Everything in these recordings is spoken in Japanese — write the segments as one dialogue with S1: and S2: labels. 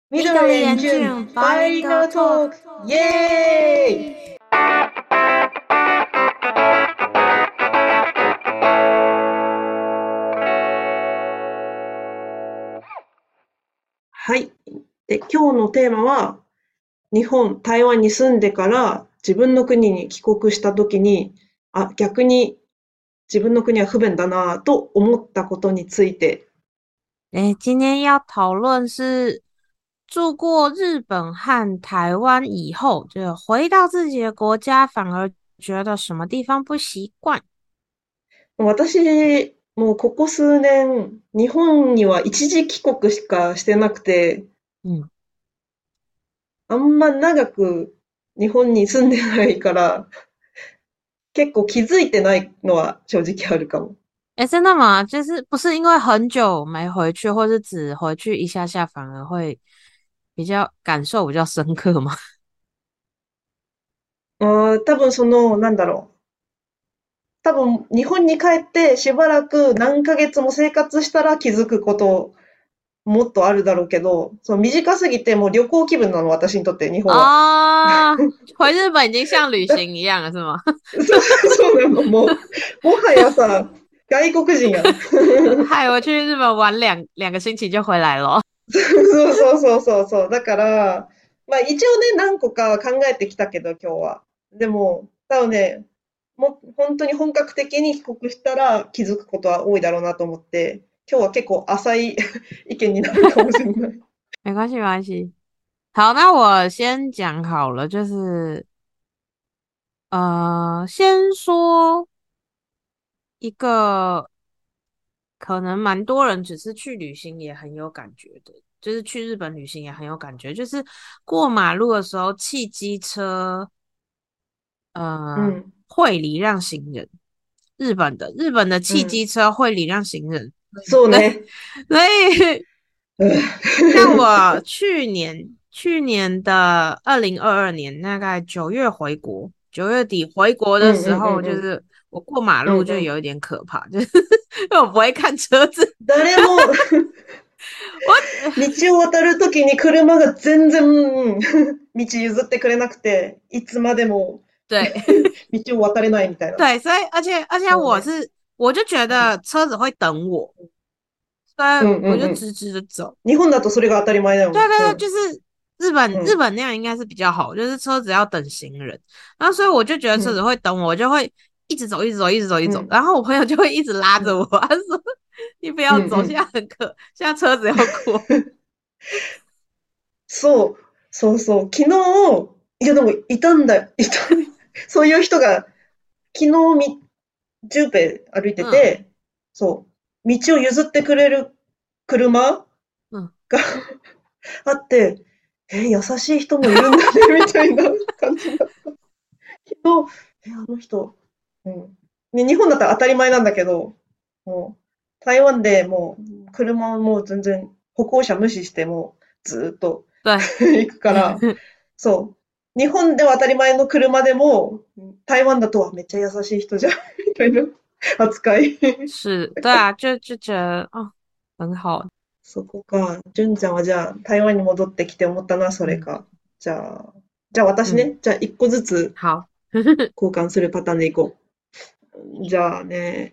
S1: 緑
S2: 緑
S1: じゅん、
S2: 円順
S1: バイリンガー
S2: バイリンガー
S1: トーク、
S2: トーク
S1: イ
S2: イ
S1: エーイ。
S2: エーイ。
S1: はい。で、今日のテーマは、日本、台湾に住んでから自分の国に帰国した時に、逆に自分の国は不便だなぁと思ったことについて。
S2: 今天要讨论是住过日本和台湾以后，就回到自己的国家，反而觉得什么地方不习惯。
S1: 私、もうここ数年、日本には一時帰国しかしてなくて、
S2: 嗯，
S1: あんま長く日本に住んでないから、結構気づいてないのは正直あるかも。
S2: 真的吗？就是不是因为很久没回去，或是只回去一下下，反而会比较感受比较深刻吗？
S1: 多分なんだろう。多分日本に帰ってしばらく何ヶ月も生活したら気づくこともっとあるだろうけど、短すぎてもう旅行気分なの、私にとって日本は。
S2: 啊，回日本已经像旅
S1: だ、
S2: 行一样了，是吗？
S1: そうなの、もはやさ、外国人やん。
S2: 嗨，我去日本玩两个星期就回来了。
S1: そう。だから、まあ一応ね、何個か考えてきたけど、今日は。でも、多分ね、本当に本格的に帰国したら気づくことは多いだろうなと思って、今日は結構浅い意見になるかもしれない。
S2: 没关系，没关系。好，那我先讲好了，就是先说一个可能蛮多人只是去旅行也很有感觉的，就是去日本旅行也很有感觉，就是过马路的时候，汽机车
S1: うん
S2: 会礼让行人。日本的汽机
S1: うん。
S2: 车会礼让行人，对，
S1: そうね。
S2: 所以
S1: うん
S2: 像我去年的2022年，大概9月回国，9月底回国
S1: うんうんう
S2: 的时候，
S1: んうん。
S2: 就是我过马路
S1: うんうん。
S2: 就有一点可怕，就是因为我不会看车子，
S1: 誰も
S2: 我
S1: 道を渡るときに車が全然道譲ってくれなくて、いつまでも
S2: 对
S1: 道を渡れないみたいな。
S2: 对，所以而且
S1: そうね。
S2: 我就觉得车子会等我，所以
S1: うんうんうん。
S2: 我就直直的走。
S1: 日本だとそれが当たり前だよね。
S2: 对对对，
S1: うん。
S2: 就是日本
S1: うん
S2: 那样应该是比较好，就是车子要等行人，然后所以我就觉得车子
S1: うん
S2: 会等我，我就会一直走，一直走，一直走，一直走，
S1: うん
S2: 然后我朋友就会一直拉
S1: うん
S2: 着我，他说你不
S1: うん
S2: 要走，现在
S1: うん。
S2: 很渴，現在車子要過。
S1: そう。昨日、いやでもいたんだよ。そういう人が、昨日ジューペ歩いて
S2: うん
S1: て、そう、道を譲ってくれる車
S2: うん。
S1: があって、優しい人もいるんだね、みたいな感じだけど、あの人、うん。ね、日本だったら当たり前なんだけど、もう、台湾でもう、車はもう全然、歩行者無視してもう、ずーっと
S2: 对，
S1: 行くから、そう。日本では当たり前の車でも、台湾だとはめっちゃ優しい人じゃん、みたいな扱い。
S2: 是，对啊，就觉得哦，很好，
S1: そこか。純ちゃんはじゃあ、台湾に戻ってきて思ったのはそれ
S2: 嗯
S1: か。じゃあ私
S2: 嗯，
S1: ね。じゃあ一個ずつ
S2: 好，
S1: 交換するパターンでいこう。じゃあね、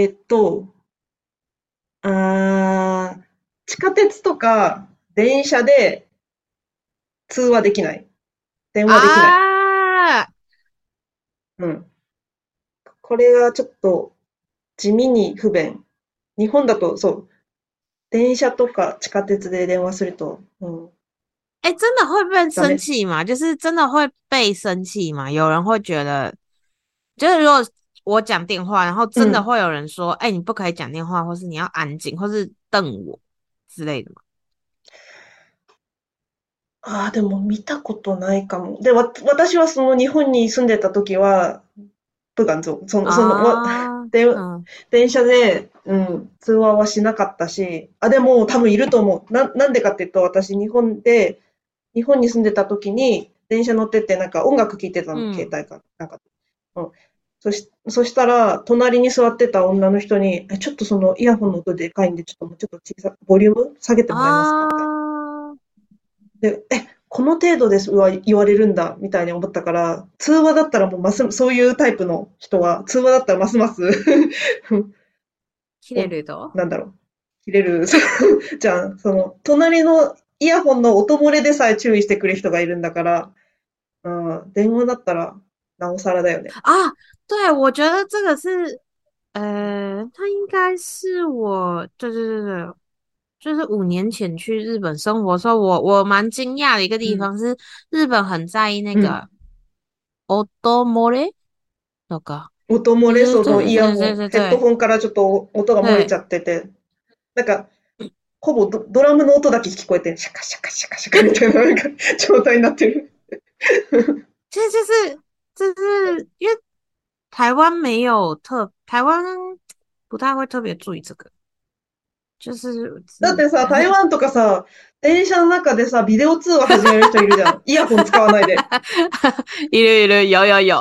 S1: あー、地下鉄とか電車で通話できない。電話できない。
S2: 啊，
S1: うん。これがちょっと地味に不便。日本だと、そう、電車とか地下鉄で電話すると、
S2: 哎，真的会被
S1: ダメ。
S2: 生气吗？就是真的会被生气吗？有人会觉得，就是如果我讲电话，然后
S1: うん。
S2: 真的会有人说，哎，你不可以讲电话，或是你要安静，或是瞪我之类的吗？
S1: ああ、でも見たことないかも。で、私はその日本に住んでた時は、不敢做。
S2: 啊，
S1: で、
S2: 嗯
S1: 電車で、通話はしなかったし、でも多分いると思う。なんでかっていうと、私日本に住んでた時に、電車乗っててなんか音楽聴いてたの、携
S2: 嗯
S1: 帯か。なんか、うん。そしたら、隣に座ってた女の人に、ちょっとそのイヤホンの音でかいんで、ちょっともうちょっとボリューム下げてもらえますかみたいな。
S2: 啊，
S1: で、この程度ですは言われるんだ、みたいに思ったから、通話だったらもうそういうタイプの人は、通話だったらますます
S2: 切れると。
S1: なんだろう、切れる、じゃん、隣のイヤホンの音漏れでさえ注意してくれる人がいるんだから、うん、電話だったら、なおさらだよね。
S2: 啊，对，我觉得这个是，他应该是我，对对对对，就是5年前去日本生活的时候，我蛮惊讶的一个地
S1: うん、
S2: 方是，日本很在意那
S1: うん。
S2: 个音漏れとか，
S1: 音漏れ、
S2: 就是对
S1: イヤ
S2: 对对
S1: ホン、ヘッド
S2: 对对
S1: ホンからちょっと音が漏れち
S2: 对
S1: ゃってて、なんか、ほぼドラムの音だけ聞こえて、シャカシャカシャカシャカみたいな、なんか、状態になってる。
S2: 其实就是因为台湾没有台湾不太会特别注意这个，就是
S1: だってさ、台湾とかさ、電車の中でさ、ビデオ通話始める人いるじゃん。イヤホン使わないで。
S2: いるいる有有有，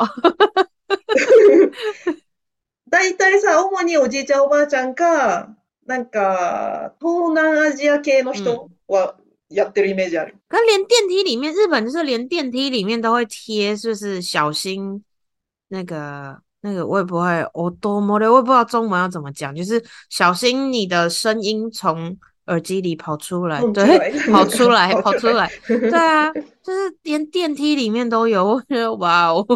S1: 大体さ、主におじいちゃんおばあちゃんか、なんか、東南アジア系の
S2: 嗯。
S1: 人はやってるイメージある。
S2: 可是连电梯里面，日本就是连电梯里面都会贴，就是小心那个，我也不会，我多么的，我也不知道中文要怎么讲，就是小心你的声音从耳机里跑出来，对，
S1: トンチュライ
S2: 跑
S1: なんか、
S2: 出来，
S1: あ、チュライ。
S2: 跑出来，对啊，就是连電梯里面都有，我觉得哇哦，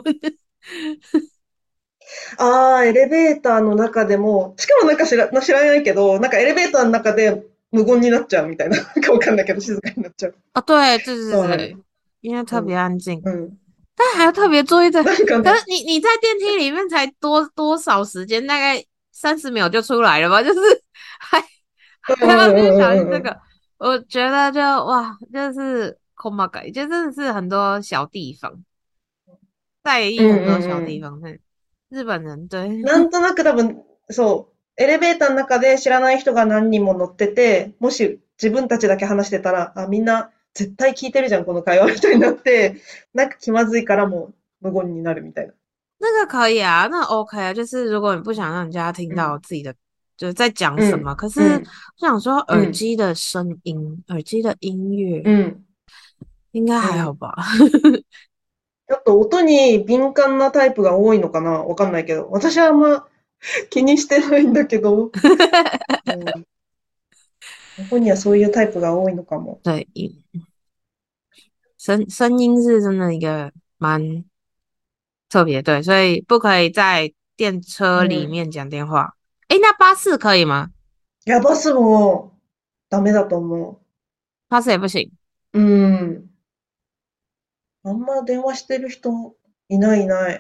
S1: ああ、エレベーターの中でも、しかもなんか知らないけど、なんかエレベーターの中で無言になっちゃうみたいな。なんかわかんないけど、静かになっちゃう
S2: 哦，对，对对
S1: のはある。
S2: 对对，因为特别
S1: うん。
S2: 安静。
S1: うん。
S2: 但还要特别注意的。
S1: なんかね、
S2: 可是你在电梯里面才多少时间？大概30秒就出来了吧？就是还
S1: うんう
S2: 还要去小心
S1: んうんうんうん。
S2: 这个，我觉得就哇，就是空嘛改，就真的是很多小地方，在
S1: うん
S2: 意很多小
S1: うんうん。
S2: 地方。是日本人对，
S1: なんとなく多分、そう、エレベーターの中で知らない人が何人も乗ってて、もし自分たちだけ話してたら、あ、みんな絶対聞いてるじゃん、この会話みたいになって、なんか気まずいからもう無言になるみたいな。
S2: 那个可以啊，那 OK 啊。就是如果你不想让人家听
S1: うん。
S2: 到自己的就是在讲
S1: うん。
S2: 什么，可是
S1: うん。
S2: 我想说
S1: うん。
S2: 耳機的声音、耳機的音乐
S1: うん。
S2: 应该
S1: うん。
S2: 还好吧？
S1: ちょっと音に敏感なタイプが多いのかなわかんないけど。私はあんま気にしてないんだけど。うん。日本にはそういうタイプが多いのかも。
S2: 对，声音是真的一个蛮特别，对，所以不可以在电车里
S1: うん。
S2: 面讲电话。诶，那巴士可以吗？
S1: いや、バスもダメだと思
S2: 巴士也不行。
S1: う。うん。あんま電話してる人いないいない。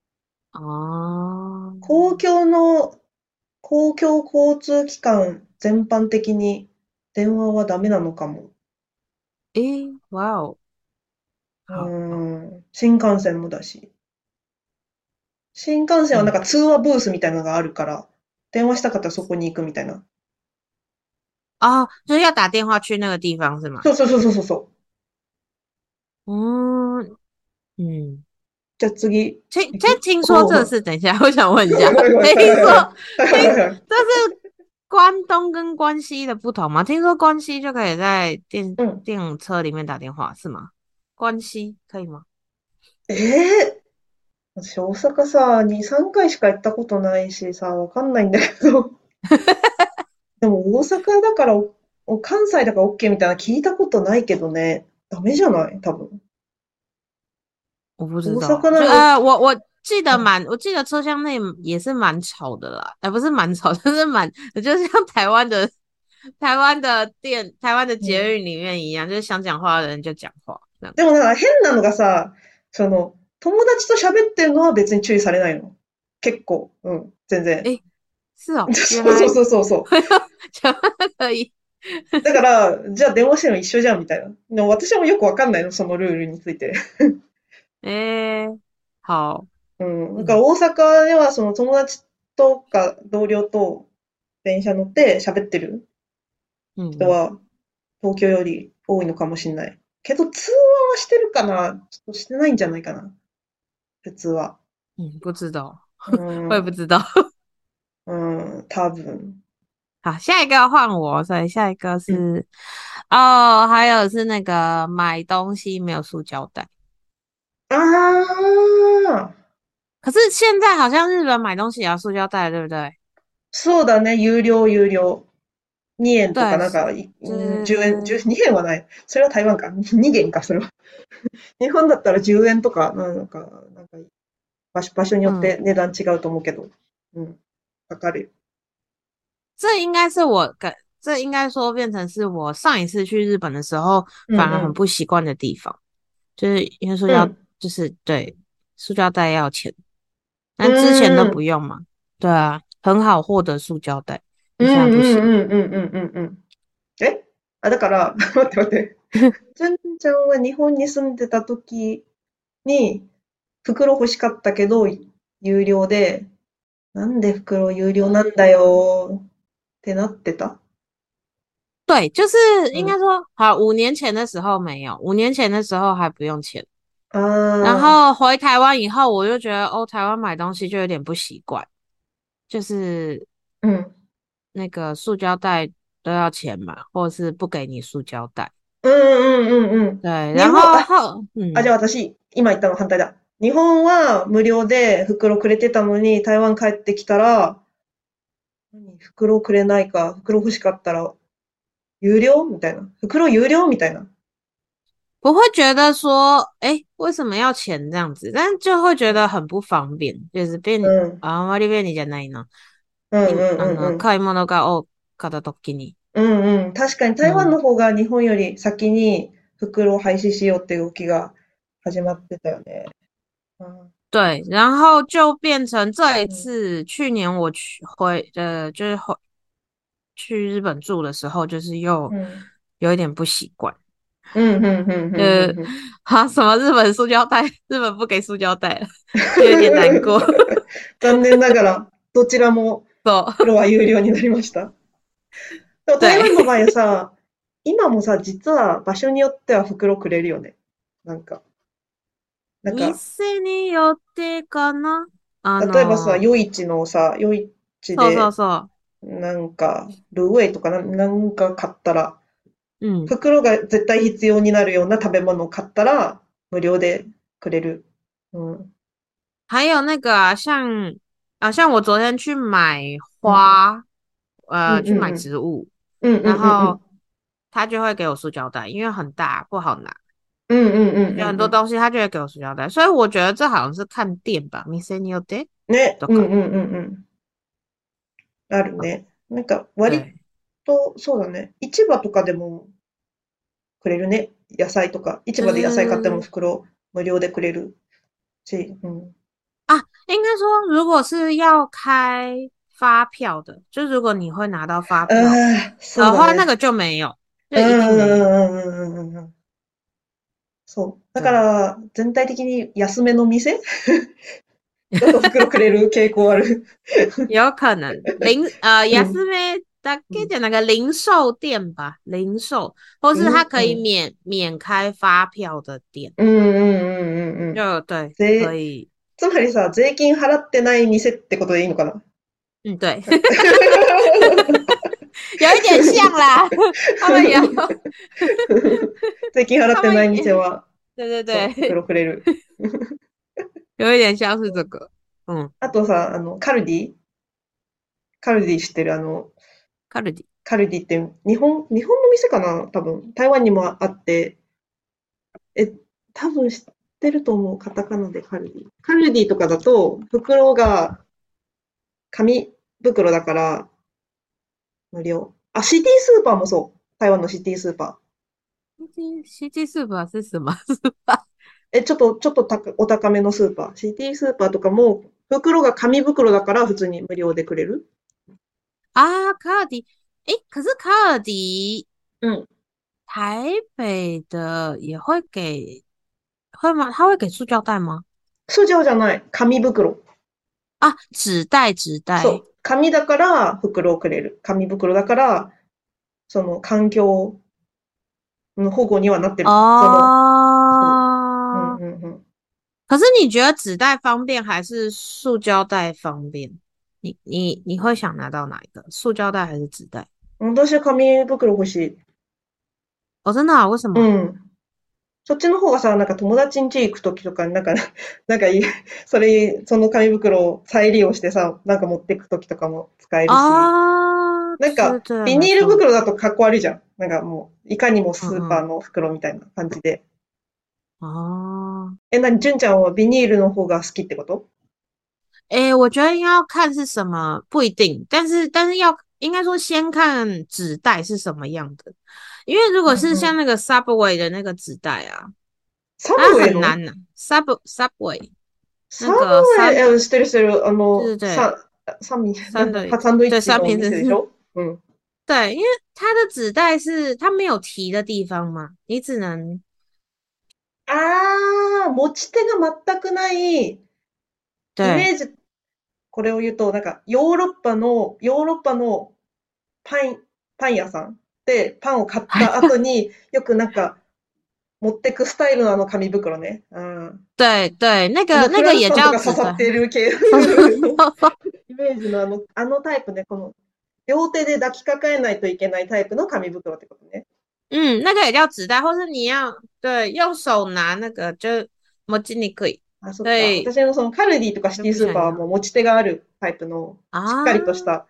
S2: 哦，
S1: 公共の、公共交通機関全般的に電話はダメなのかも。
S2: 诶，哇哦，
S1: う
S2: 好好，
S1: ん。新幹線もだし。新幹線はなん
S2: 嗯，
S1: か通話ブースみたいなのがあるから、電話したかったらそこに行くみたいな。
S2: 哦，就是要打电话去那个地方是吗？
S1: そうそうそうそうそう。
S2: 嗯嗯，
S1: じゃあ次、
S2: 听说
S1: こう、
S2: 这是，等一下，我想问一下，
S1: ごめんごめん。
S2: 听
S1: はいはいはい。
S2: 说
S1: はい
S2: 听
S1: はいはいはい。
S2: 这是关东跟关西的不同吗？听说关西就可以在
S1: うん。
S2: 电车里面打电话是吗？关西可以吗？
S1: ええ私大阪さ、2、3回しか行ったことないしさ、わかんないんだけど。でも大阪だから関西だから OK みたいな聞いたことないけどね。ダメじゃない多分。
S2: 我不知
S1: 大
S2: 道，
S1: 阪なら、
S2: 我记得
S1: うん。
S2: 我记得车厢内也是蛮吵的啦，不是蛮吵，就是就像台湾的
S1: うん。
S2: 捷运里面一样，就是想讲话的人就讲话这样。
S1: でもなんか変なのがさ、友達と喋ってるのは別に注意されないの。結構。うん。全然。
S2: 诶，是哦，原来
S1: そうそうそうそうそう。
S2: 讲话可以，
S1: だから、じゃあ電話してるの一緒じゃんみたいな。でも私もよくわかんないの、そのルールについて。
S2: 诶，好，
S1: うん。だから
S2: 嗯
S1: 大阪ではその友達とか同僚と電車乗って喋ってる人
S2: 嗯
S1: は東京より多いのかもしれない。けど通話はしてるかなちょっとしてないんじゃないかな普通は。
S2: 不知道，
S1: う
S2: 我也不
S1: ん。
S2: 知道。
S1: うん。多分。
S2: 好，下一个换我，所以下一个
S1: うん。
S2: 是哦，还有是那个买东西没有塑胶袋。
S1: ああ、
S2: 可是现在好像日本买东西也要塑胶袋，对不对？
S1: そうだね。有料、有料。2円とか
S2: 对，
S1: なんか、10円、
S2: 是，
S1: 10、2円はない。それは台湾か。2元か、それは。日本だったら10円とか、なんか場所によっ
S2: 嗯，
S1: て値段違うと思うけど。うん。かかる。
S2: 这应该是我跟这应该说变成是我上一次去日本的时候反而很
S1: うんうん。
S2: 不习惯的地方，就是因为塑胶
S1: うん。
S2: 就是对塑胶袋要钱，
S1: う
S2: 但之前都
S1: ーん。
S2: 不用嘛。对啊，很好获得塑胶袋，
S1: うん
S2: 你现在不行。
S1: うんうんうんうんうんうん。えだから、待って待って。純ちゃんは日本に住んでた時に、袋欲しかったけど、有料で、なんで袋有料なんだよってなってた？
S2: 对，就是应该
S1: うん。
S2: 说，好，5年前的时候没有，5年前的时候还不用钱。然
S1: ああ、
S2: 后回台湾以后，我就觉得哦，台湾买东西就有点不习惯，就是
S1: うん。
S2: 那个塑胶袋都要钱嘛，或者是不给你塑胶袋。
S1: うんうんうんうん。
S2: 对，然
S1: 日本、
S2: 后后
S1: じゃあ私、今言ったの反対だ。日本は無料で袋くれてたのに、台湾帰ってきたら、袋くれないか、袋欲しかったら、有料みたいな。袋有料みたいな。
S2: 不会觉得说，哎，为什么要钱这样子？但就会觉得很不方便，就是
S1: うん。
S2: あんまり便利じゃないな。
S1: うん
S2: に、
S1: うんうんうん。
S2: 買い物が多かった時に。
S1: うんうん。確かに台湾
S2: うん。
S1: の方が日本より先に袋を廃止しようって動きが始まってたよね。うん。
S2: 对，然后就变成这一
S1: うん。
S2: 次，去年我就是去日本住的时候，就是又
S1: うん。
S2: 有一点不习惯。
S1: うん、ふんふんふんふんふん。
S2: 什么日本塑胶袋，日本不给塑胶袋了，就有点难过。
S1: 残念ながら、どちらも
S2: そう、
S1: 袋は有料になりました。でも台
S2: 对。
S1: 湾の場合はさ、今もさ、実は場所によっては袋くれるよね。なんか、なんか、
S2: 店によってかな。
S1: 例えばさ、夜市のさ、夜市
S2: そうそう
S1: で、
S2: そ
S1: なんか、ルーウェイとかなんか買ったら、
S2: う。うん。
S1: 袋が絶対必要になるような食べ物を買ったら、無料でくれる。うん。
S2: 还有那个啊，像我昨天去买
S1: うんうん。
S2: 花，
S1: うん
S2: 去买
S1: うんうん。
S2: 植物，
S1: うんうん
S2: 然后
S1: うんうん。
S2: 他就会给我塑胶袋，因为很大不好拿，
S1: うんうんうん
S2: 有很
S1: うんうん。
S2: 多东西他就会给我塑胶袋，所以我觉得这好像是看店吧。店によって
S1: ね。
S2: とか。
S1: うんうんうんうん。あるね。なんか、割
S2: 对，
S1: と、そうだね。市場とかでもくれるね。野菜とか。市
S2: 就
S1: 場で野菜買っても
S2: 是
S1: 袋無料でくれるし。うん。
S2: 啊，应该说如果是要开发票的，就如果你会拿到发票
S1: ああ、そう
S2: 的话，那
S1: だね。
S2: 个就没有，就
S1: うん
S2: 一定没有。
S1: うんうんうんうんうんうん。そう。だか
S2: 对。
S1: ら、全体的に安めの店だと袋くれる傾向ある。
S2: 有可能
S1: うん。
S2: 安めだ
S1: うん。
S2: けじゃ那个零售店吧，零售，或
S1: う
S2: 是它可以
S1: ん。
S2: 免开发票的店，
S1: うんうんうんうんうん。
S2: 就对，可
S1: 税、
S2: 以，
S1: つまりさ、税金払ってない店ってことでいいのかな？
S2: 嗯，对。有一点像啦，他们有，
S1: 税金払っ
S2: 他们
S1: てない店は、
S2: 对对
S1: そう、
S2: 对，
S1: 袋くれる。
S2: 有一点像是这个，嗯，
S1: あとさ、カルディ知ってる？
S2: カルディ。
S1: カルディって日本の店かな多分。台湾にもあって、え、多分知ってると思う。カタカナでカルディ。カルディとかだと、袋が紙袋だから無料。あ、シティスーパーもそう。台湾のシティスーパ
S2: 西季スーパー是什么スーパー？
S1: ー。ちょっとお高めのスーパー。シティスーパーとかも、袋が紙袋だから普通に無料でくれる。
S2: 啊，卡尔迪，诶，可是卡尔迪
S1: うん。
S2: 台北的也会给，会吗？他会给塑胶袋吗？
S1: 塑胶じゃない。紙袋。
S2: 啊，纸袋，纸袋。
S1: そう。紙だから袋をくれる。紙袋だから、その環境の保護にはなってる。そう。うん
S2: 哦，
S1: うんうん。
S2: 可是你觉得纸袋方便还是塑胶袋方便？ 你会想拿到哪一个？塑胶袋还是紙袋？
S1: 私は紙袋欲しい。
S2: 哦，真的啊？为什么？
S1: うん。そっちの方がさ、なんか友達ん家行くときとかになんかその紙袋を再利用してさ、なんか持っていくときとかも使えるし、
S2: 啊，
S1: なんか
S2: 对对，
S1: ビニール
S2: 没错。
S1: 袋だとかっこ悪いじゃん。なんかもう、いかにも
S2: 嗯
S1: スーパー
S2: 嗯，
S1: の袋みたいな感じで。
S2: 哦，
S1: 純ちゃんはビニールの方が好きってこと？
S2: 诶，我觉得要看是什么，不一定，但是应该说先看纸袋是什么样的，因为如果是
S1: うんうん。
S2: 像那个 Subway 的那个纸袋啊，
S1: サ
S2: 它
S1: ブウェイの
S2: 很难呢、Subway
S1: サブ
S2: 那个
S1: ウェイ、知ってる知ってる。
S2: 对对对，
S1: なんだ、
S2: 三的
S1: サンドイッ
S2: 对三
S1: チのお
S2: 明治是，
S1: 店でしょ？うん。
S2: 对，因为它的纸袋是它没有提的地方嘛，你只能
S1: 持ち手が全くないイ
S2: 对。
S1: メージ、これを言うと、なんか、ヨーロッパのパン、パン屋さんでパンを買った後によくなんか持ってくスタイルのあの紙袋ね。うん。
S2: 对对，那个
S1: クラワッ
S2: 那个也
S1: サンとか刺さ
S2: 叫纸袋。
S1: ってる系のイメージのあのタイプね、この両手で抱きかかえないといけないタイプの紙袋ってことね。
S2: 嗯，那个也叫纸袋，或是你要对用手拿那个就持ちにくい，
S1: あ、そっか。
S2: 所以
S1: 私のそのカルディとかシ
S2: 就
S1: ティスーパーは
S2: 不想要
S1: もう持ち手があるタイプのしっかりとし
S2: 啊。
S1: た、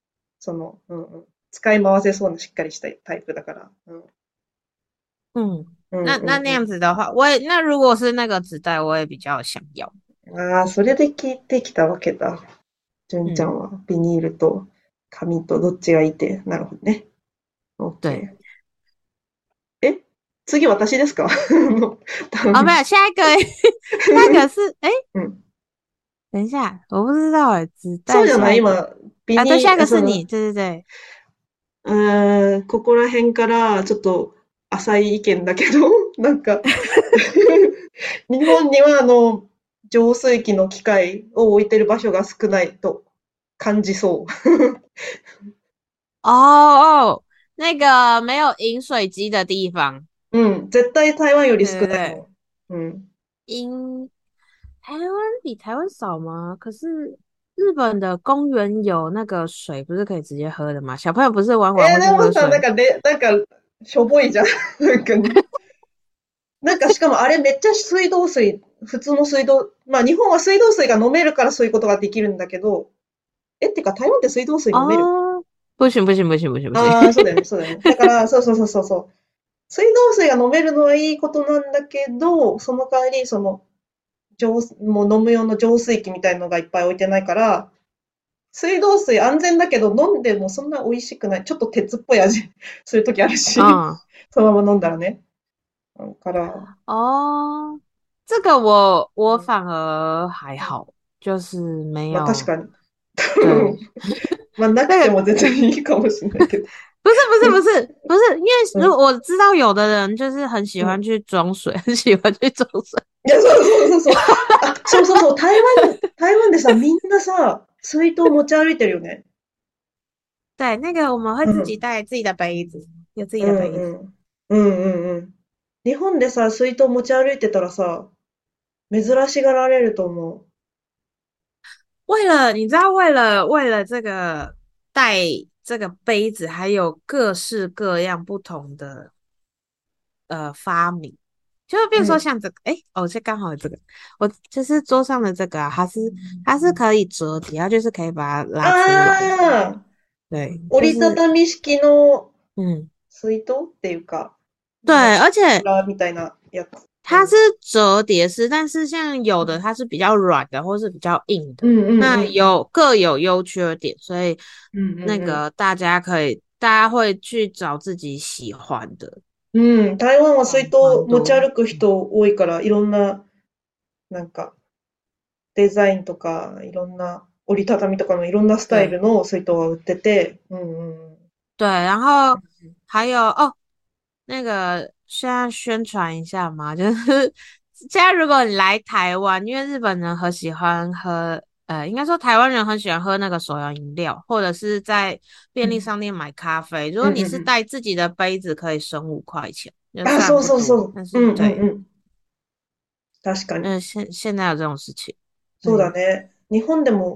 S1: 使い回せそうなしっかりしたタイプだから。うん。
S2: 嗯，
S1: うん
S2: 那
S1: うん
S2: 样子的话，我也那如果是那个纸袋，我也比较想要。
S1: うん。ああ、それで聞いてきたわけだ。純ちゃ
S2: 嗯，
S1: んはビニールと紙とどっちがいいって。なるほどね。
S2: 对。
S1: OK。次私ですか？
S2: 哦，没有，下一个下一个是
S1: うん。
S2: 等一下，我不知道纸袋
S1: そうじゃな
S2: 下一个
S1: い今、ビ
S2: 啊，对，下
S1: ニール、
S2: 一个是你，对对对。
S1: ここら辺からちょっと浅い意見だけど、なんか日本には浄水器の機械を置いてる場所が少ないと感じそう。
S2: 哦哦，那个没有饮水机的地方，
S1: うん。絶対台湾より
S2: 对
S1: 少
S2: 对对，
S1: ないもん。うん。
S2: 台湾比台湾少吗？可是日本的公園有那个水，不是可以直接喝的吗？小朋友不是玩完会去
S1: でもさ、
S2: 喝水？
S1: なんか、しょぼいじゃん。なんかね。なんかしかもあれめっちゃ水道水、普通の水道、まあ日本は水道水が飲めるからそういうことができるんだけど、ってか台湾って水道水飲める？
S2: 哦，不行不行不行不行不行。
S1: ああー、そうだよね、そうだよね。だから、そう。水道水が飲めるのはいいことなんだけど、その代わり、もう飲む用の浄水器みたいのがいっぱい置いてないから、水道水安全だけど飲んでもそんな美味しくない。ちょっと鉄っぽい味するときあるし、
S2: 嗯
S1: そのまま飲んだらね。だから、
S2: 哦，这个我
S1: うん、
S2: 反而还好，就是没有
S1: まあ確かに。
S2: 对
S1: まあなく
S2: 那个
S1: ても全然いいかもしれないけど。
S2: 不是，因为
S1: うん。
S2: 如果我知道有的人就是很喜
S1: うん。
S2: 欢去装水，很喜欢去装水。
S1: いや、そう。そう。台湾でさ、みんなさ、水筒持ち歩いてるよね。
S2: 对，那个我们会自己
S1: うん。
S2: 带自己的杯子，有自己
S1: う
S2: 的杯子。
S1: んうん。日本でさ、水筒持ち歩いてたらさ、珍しがられると思
S2: 你知道，为了这个带这个杯子，还有各式各样不同的发明，就比
S1: う。
S2: 如说
S1: うん。
S2: 像这个，哦，这刚好有这个，我就是桌上的这个啊，它是可以折叠，它就是可以把它拉出来的。
S1: ああ、
S2: 对，就
S1: 折りた
S2: 是
S1: たみ式の
S2: 嗯，
S1: 水筒っていうか、
S2: 对，而且
S1: 裏みたいなやつ。う
S2: 它是
S1: ん。
S2: 折叠式，但是像有的它是比较软的，或是比较硬的，
S1: うんうん
S2: 那
S1: うん。
S2: 各有优缺点，所以
S1: うんうんうん。
S2: 那个大家会去找自己喜欢的，
S1: うん、台湾は水筒持ち
S2: 蛮多。
S1: 歩く人多いから、いろんな、なんか、デザインとか、いろんな折りたたみとかのいろんなスタイ
S2: 对
S1: ルの水筒が売ってて、うんうん。
S2: 对，然后还有那个现在宣传一下嘛，就是现在如果你来台湾，因为日本人很喜欢喝，应该说台湾人很喜欢喝那个手摇饮料，或者是在便利商店买咖啡。如果你是
S1: うんうんうん。
S2: 带自己的杯子，可以省5块钱，就
S1: あ、
S2: 虽然
S1: そう
S2: 不多，
S1: そうそう。
S2: 但
S1: うんうん
S2: 是对，
S1: うん。確かに。
S2: 现在有这种事情，
S1: そうだ
S2: 对，
S1: ね。日本でも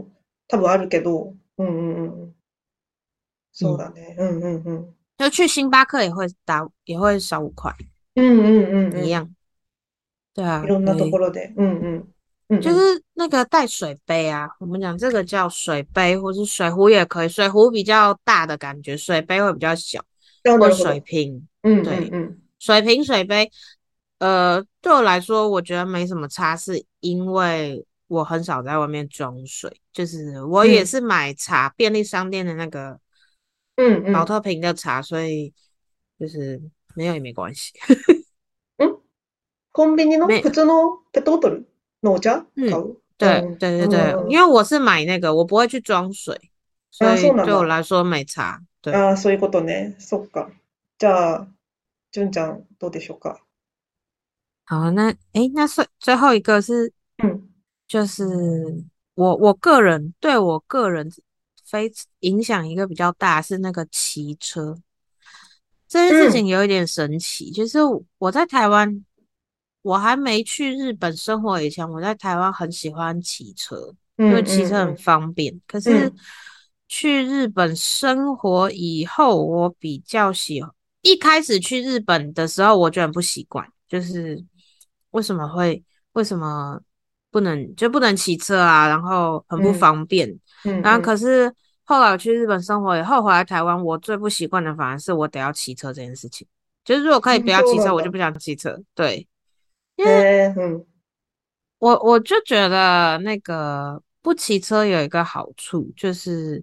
S1: 多分あるけど、うんうんうん。そう
S2: 嗯，
S1: だね。うんうんうん。
S2: 就去星巴克也会少5块
S1: うんうんうんうん。
S2: 一样。对啊，
S1: いろんなとこ
S2: 所以
S1: ろで。うんうん。うん
S2: 就
S1: うん。
S2: 是那个带水杯啊，我们讲这个叫水杯，或是水壶也可以。水壶比较大的感觉，水杯会比较小，
S1: あ、な
S2: 或
S1: るほど。
S2: 水瓶。
S1: うんうん
S2: 对，
S1: うん。
S2: 水瓶、水杯，对我来说，我觉得没什么差，是因为我很少在外面装水，就是我也是
S1: うん。
S2: 买茶，便利商店的那个
S1: うんうん。
S2: 保特瓶的茶，所以就是没有也没关系。
S1: んコンビニの
S2: 没，
S1: 普通のペットボトルのお茶買
S2: 嗯，
S1: うう
S2: 对
S1: ん。う
S2: 对对对，
S1: んうん。
S2: 因为我是买那个，我不会去装水，所
S1: ああ、
S2: 以
S1: そうなんだ。
S2: 对我来说没差。对，
S1: ああ、そういうことね。そっか。じゃあ、純ちゃん、どうでしょうか。
S2: 好，那诶，那最后一个是，
S1: うん。
S2: 就是我个人对我个人非影响一个比较大是那个骑车这件事情
S1: うん。
S2: 有一点神奇，就是我在台湾，我还没去日本生活以前，我在台湾很喜欢骑车，因为
S1: うんう
S2: 骑车很
S1: ん
S2: 方便。可
S1: うん。う
S2: 是
S1: ん。
S2: 去日本生活以后，我比较喜欢。一开始去日本的时候，我觉得很不习惯，就是为什么会为什么不能骑车啊，然后很不
S1: うん。
S2: 方便。然后
S1: うんうん。
S2: 可是后来我去日本生活以后，回来台湾，我最不习惯的反而是我得要骑车这件事情。就是如果可以不
S1: うん
S2: 要骑车，
S1: そうなんだ。
S2: 我就不想骑车。对，因为
S1: へえ、うん。
S2: 我就觉得那个不骑车有一个好处，就是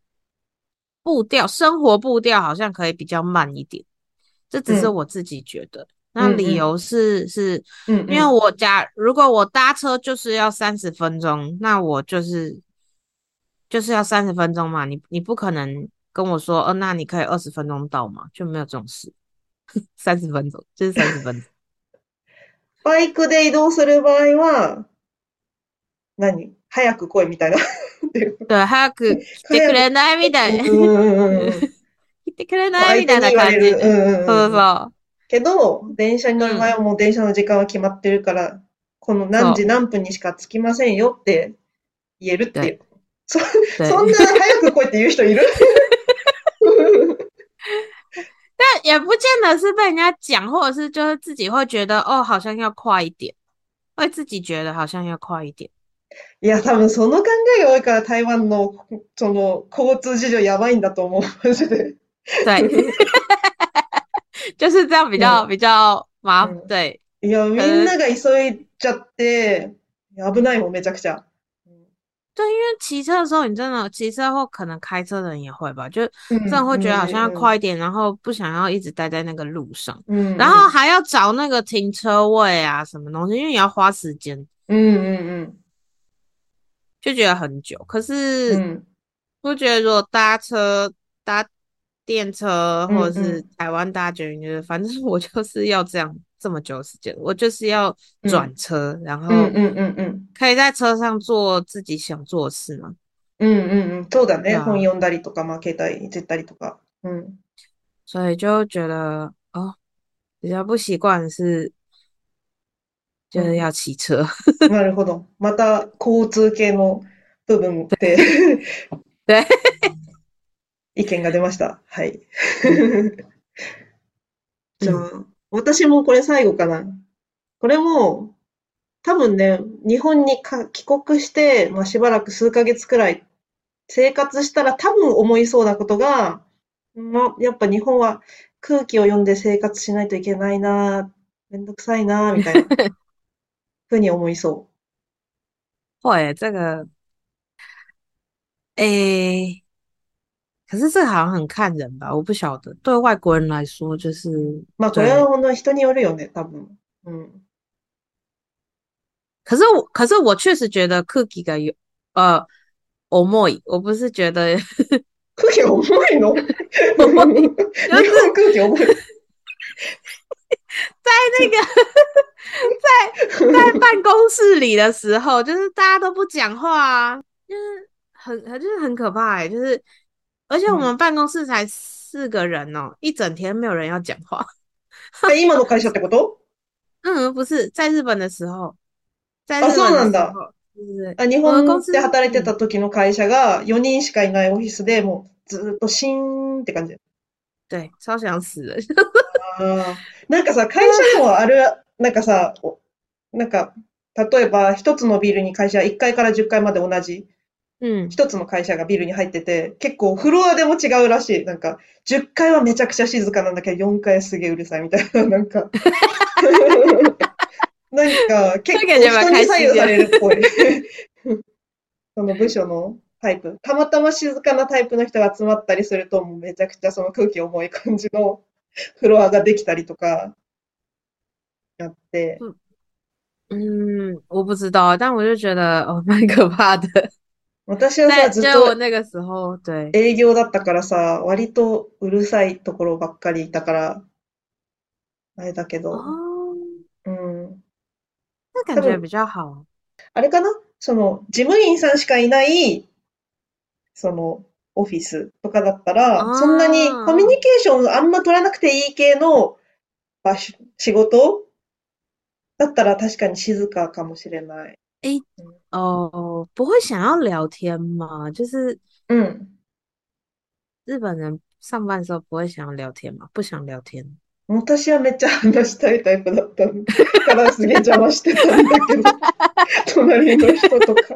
S2: 生活步调好像可以比较慢一点。这只是
S1: うん。
S2: 我自己觉得。那
S1: うんうん。
S2: 理由是因为
S1: うんうん。
S2: 如果我搭车就是要30分钟，那我就是要三十分钟嘛，你不可能跟我说，那你可以20分钟到吗？就没有这种事，三十分钟就是三十分钟。
S1: バイクで移動する場合は、早く来いみたいな。っていう
S2: 对，早く来てく
S1: 早く、
S2: れないみたい。
S1: うんうんうんうん。
S2: 来てくれない
S1: 相手
S2: みたいな
S1: に言われる。
S2: 感じで。
S1: うんうん
S2: そう
S1: うんうん。
S2: そ
S1: けど、電車に
S2: う。
S1: 乗る前はもう電車の時間は決まってるから、この何時
S2: そう。
S1: 何分にしか着きませんよって言えるってい
S2: 对
S1: う。そ、
S2: 对。
S1: そんな早く来いって言う人いる？
S2: 但也不见得是被人家讲，或者是就是自己会觉得哦，好像要快一点，会自己觉得好像要快一点。
S1: いや、多分その考えが多いから台湾のその交通事情やばいんだと思う。マジで。
S2: 对，就是这样
S1: うん。
S2: 比较
S1: うん。
S2: 对。
S1: いや、
S2: 可能
S1: みんなが急いじゃって、危ないもん、めちゃくちゃ。
S2: 对，因为骑车的时候，你真的骑车后可能开车的人也会吧，就
S1: うん、
S2: 真的会
S1: うん、
S2: 觉得好像要
S1: うん、
S2: 快一点，然后不想要一直待在那个路上，
S1: うん、
S2: 然
S1: うん、
S2: 后还要找那个停车位啊，什么东西，因为你要花时间。
S1: うん、うん、
S2: 就觉得很久。可是
S1: うん、
S2: 我觉得如果搭电車
S1: うん、
S2: 或者
S1: うん、
S2: 是台湾搭捷运，就是反正我就是要这么久的时间，我就是要
S1: うん、
S2: 转车，然
S1: うん、
S2: 後
S1: うん、うん、うん、
S2: 可以在车上做自己想做的事嘛。
S1: うん、うん、そうだね。本
S2: 对啊，
S1: 読んだりとか、まあ、携帯いじったりとか。うん、
S2: 所以就觉得比较不習慣的是就是要
S1: うん。
S2: 騎車。
S1: なるほど。また、交通系の部分で
S2: 对，
S1: 意見が出ました。はい。
S2: 嗯
S1: じゃ
S2: 嗯
S1: あ、私もこれ最後かな。これも、多分ね、日本に帰国して、まあ、しばらく数ヶ月くらい生活したら多分思いそうなことが、まあ、やっぱ日本は空気を読んで生活しないといけないな、めんどくさいな、みたいなふうに思いそ
S2: 会这个诶。可是这个好像很看人吧，我不晓得。对外国人来说，就是
S1: う。まあ、これは
S2: 对。
S1: ほんの人によるよね、多分。うん。
S2: 可是我确实觉得 Cookie 的呃 omoi，我不是觉得
S1: 空気重いの？
S2: omoi，就
S1: 日本
S2: 是
S1: 空気重い。
S2: 在那个在办公室里的时候，就是大家都不讲话啊，就是就是很可怕就是而且我们
S1: うん。
S2: 办公室才4个人哦，一整天没有人要讲话。
S1: え、今の会社ってこと？
S2: 嗯，不是在日本的时候，在
S1: あ、
S2: 日
S1: そうなんだ。
S2: 本的时候。 对，
S1: 日
S2: 我的公司，
S1: 本で働いてた
S2: 嗯，
S1: 時の会社が4人しかいないオフィスで、もうずーっとシーンって感じ。
S2: 对，超想死人。
S1: ああ、なんかさ、会社でもある、なんかさ、なんか、例えば一つのビルに会社1階から10階まで同じ、
S2: 嗯，
S1: 一つの会社がビルに入ってて、結構フロアでも違うらしい。なんか、10階はめちゃくちゃ静かなんだけど、4階すげえうるさいみたいな、なんか、なんか、結
S2: 那感觉蛮
S1: 構人に
S2: 开心的。
S1: 左右されるっぽい。その部署のタイプ。たまたま静かなタイプの人が集まったりすると、もうめちゃくちゃその空気重い感じのフロアができたりとかやって、
S2: 嗯，我不知道，但我就觉得哦，蛮可怕的。
S1: 私はさ、
S2: 在
S1: ずっと
S2: 就我那个时候，对，
S1: 営業だったからさ、割とうるさいところばっかりいたから、あれだけど、
S2: 哦，
S1: うん。
S2: 那感
S1: 多分、
S2: 觉比较好。
S1: あれかなその、事務員さんしかいない、その、オフィスとかだったら、そんなにコミュニ
S2: 啊，
S1: ケーションあんま取らなくていい系の場所、仕事だったら確かに静かかもしれない。
S2: 诶，哦，不会想要聊天吗？就是
S1: うん。
S2: 日本人上班的时候不会想要聊天吗？不想聊天。
S1: 私はめっちゃ話したいタイプだったからすげえ邪魔してたんだけど、隣の人とか。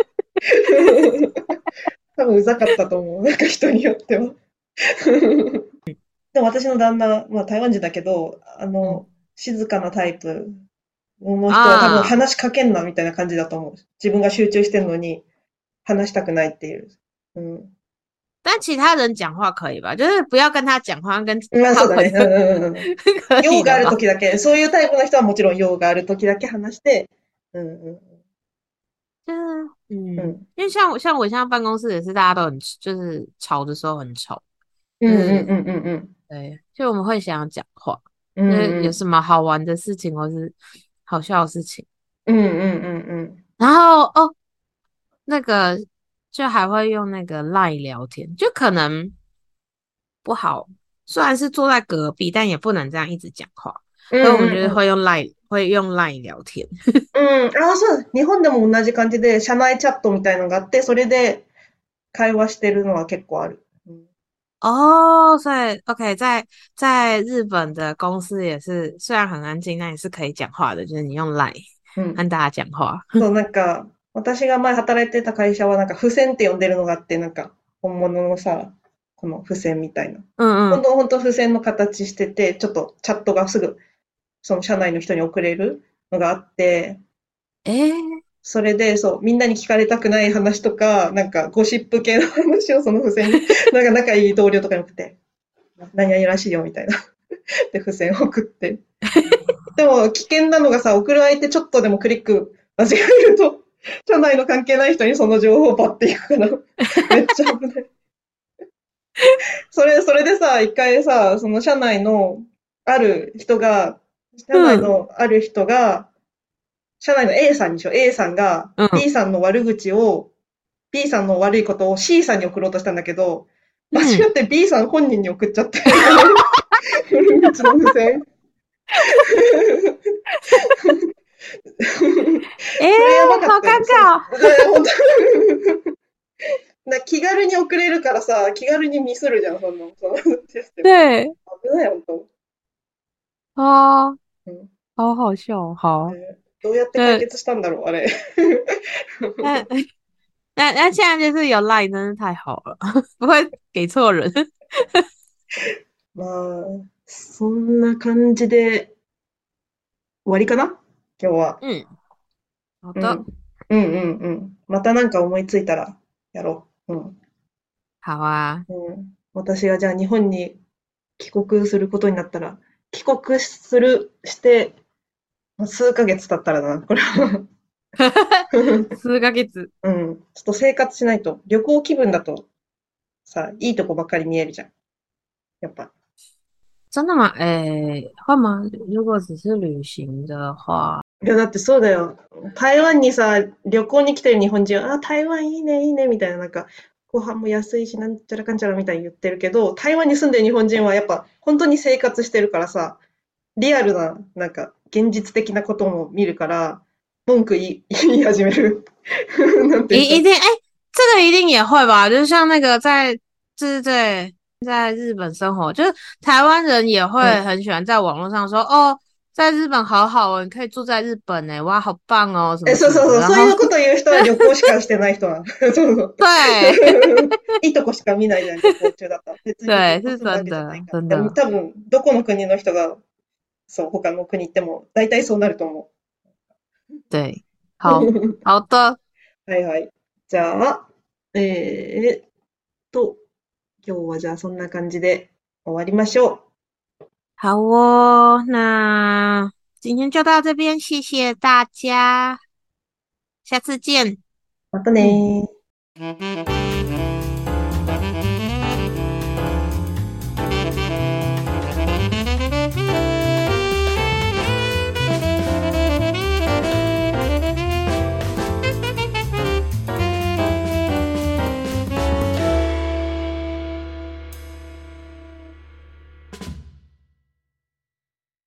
S1: 多分うざかったと思う。なんか人によっては。でも私の旦那、まあ台湾人だけど、
S2: 嗯
S1: 静かなタイプの人は多分
S2: 啊，
S1: 話しかけんなみたいな感じだと思う。自分が集中してるのに話したくないっていう。うん。
S2: 但其他人讲话可以吧？就是不要跟他讲话，跟
S1: まあそうだね。
S2: 他朋友
S1: うんうんうんうん。
S2: 可以
S1: 用がある
S2: 的吧？
S1: 時だけ、そういうタイプの人はもちろん用がある時だけ話して、うんうん
S2: 就是
S1: うん
S2: 因为像我现在办公室也是，大家都很就是吵的时候很吵，
S1: うんうん
S2: 就是
S1: うんうんうん
S2: 对，就我们会想要讲话，
S1: うん
S2: 就是
S1: うん
S2: 有什么好玩的事情或是好笑的事情，
S1: うんうんうんうん
S2: 然后哦，那个就还会用那个赖聊天，就可能不好，虽然是坐在隔壁，但也不能这样一直讲话，
S1: うん
S2: 所以我们
S1: うんうん。
S2: 就是会用赖聊天。
S1: うん、ああ、そう。日本でも同じ感じで、社内チャットみたいのがあって、それで会話してるのは結構ある。うん。
S2: 哦，所以 OK，在日本的公司也是，虽然很安静，但也是可以讲话的，就是你用 Line
S1: うん。
S2: 和大家讲话。
S1: そう、なんか、私が前働いてた会社はなんか付箋って呼んでるのがあって、なんか、本物のさ、この付箋みたいな。
S2: 嗯嗯，
S1: ほんとほんと付箋の形してて、ちょっとチャットがすぐ、その社内の人に送れるのがあって、
S2: 诶，
S1: それで、そう、みんなに聞かれたくない話とか、なんかゴシップ系の話をその付箋に、なんか仲いい同僚とかに送って、何々らしいよみたいな。で、付箋送って。でも、危険なのがさ、送る相手ちょっとでもクリック間違えると、社内の関係ない人にその情報をパッていくから、めっちゃ危ない。それでさ、一回さ、その社内のある人が、社内
S2: 嗯
S1: のある人が、社内の A さんにしよう。A さんが
S2: 嗯
S1: B さんの悪口を、B さんの悪いことを C さんに送ろうとしたんだけど、間違
S2: 嗯，
S1: って B さん本人に送っちゃって、その悪口の付箋。
S2: 诶，
S1: それやばか
S2: 好
S1: ったよ。
S2: 尴尬哦。
S1: 本当気軽に送れるからさ、気軽にミスるじゃん、そのシステム。
S2: 对，
S1: 危ない、本当。
S2: 哦，
S1: うん。
S2: 好好笑哦，好，
S1: どうやって解
S2: 对，
S1: 決したんだろう、あれ。
S2: 那那现在就是有 Line 真是太好了，不会给错人。
S1: まあ、そんな感じで終わりかな今日は。
S2: 嗯，好的，
S1: うん。うんうんうん。またなんか思いついたらやろう。うん。
S2: 好啊。
S1: うん。私がじゃあ日本に帰国することになったら、帰国する、して、数ヶ月経ったらな、これは。
S2: 数ヶ月。
S1: うん。ちょっと生活しないと、旅行気分だとさ、いいとこばっかり見えるじゃん。やっぱ。
S2: 真的吗？诶，会吗？如果只是旅行的话，
S1: いや、だってそうだよ。台湾にさ、旅行に来てる日本人は、あ、台湾いいね、いいね、みたいな、なんか、ご飯も安いし、なんちゃらかんちゃらみたいに言ってるけど、台湾に住んでる日本人はやっぱ、本当に生活してるからさ、リアルな、なんか、現実的なことも見るから、 文句言い始める。なんていうか。
S2: 一定这个一定也会吧，就是像那个对，在日本生活，就是台湾人也会
S1: うん。
S2: 很喜欢在网络上说哦，在日本好好哦，你可以住在日本呢，哇，好棒哦，什么什么的。
S1: そうそうそう。
S2: 然後
S1: そういうこと言う人は旅行しかしてない人なの。そうそう。
S2: 对
S1: いいとこしか見ないじゃん、旅行中だったら。別にずっ
S2: 对，
S1: と
S2: 是
S1: 住むわけじゃない
S2: 真的，
S1: から。でも
S2: 真的，
S1: 多分、どこの国の人が、そう、他の国行っても、大体そうなると思
S2: 对，好
S1: う。
S2: 好的，
S1: はいはい。じゃあ、えーっと、今日はじゃあそんな感じで終わりましょ
S2: 好哦，那今天就到这边，谢谢大家，下次见，
S1: う。またね
S2: 嗯。
S1: ー。